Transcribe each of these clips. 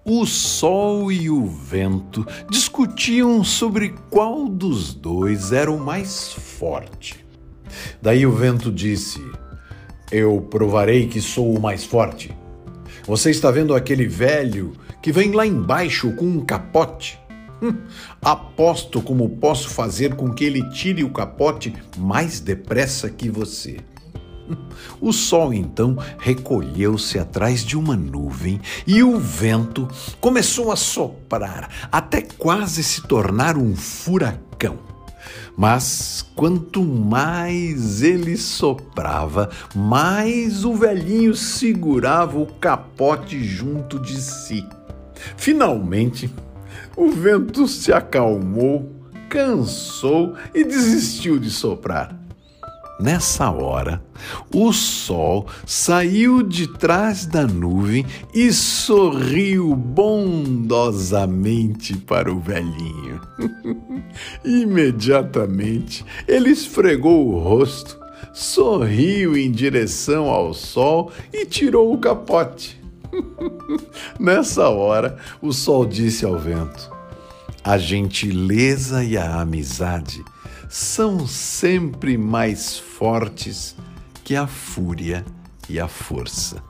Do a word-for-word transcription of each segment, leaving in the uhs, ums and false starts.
O sol e o vento discutiam sobre qual dos dois era o mais forte. Daí o vento disse: "Eu provarei que sou o mais forte. Você está vendo aquele velho que vem lá embaixo com um capote? Hum, aposto como posso fazer com que ele tire o capote mais depressa que você." O sol então recolheu-se atrás de uma nuvem e o vento começou a soprar até quase se tornar um furacão. Mas quanto mais ele soprava, mais o velhinho segurava o capote junto de si. Finalmente, o vento se acalmou, cansou e desistiu de soprar. Nessa hora, o sol saiu de trás da nuvem e sorriu bondosamente para o velhinho. Imediatamente, ele esfregou o rosto, sorriu em direção ao sol e tirou o capote. Nessa hora, o sol disse ao vento: "A gentileza e a amizade são sempre mais fortes que a fúria e a força."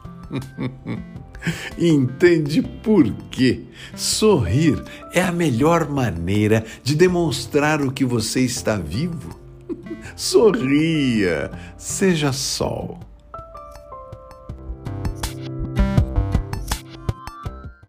Entende por que sorrir é a melhor maneira de demonstrar o que você está vivo? Sorria, seja sol.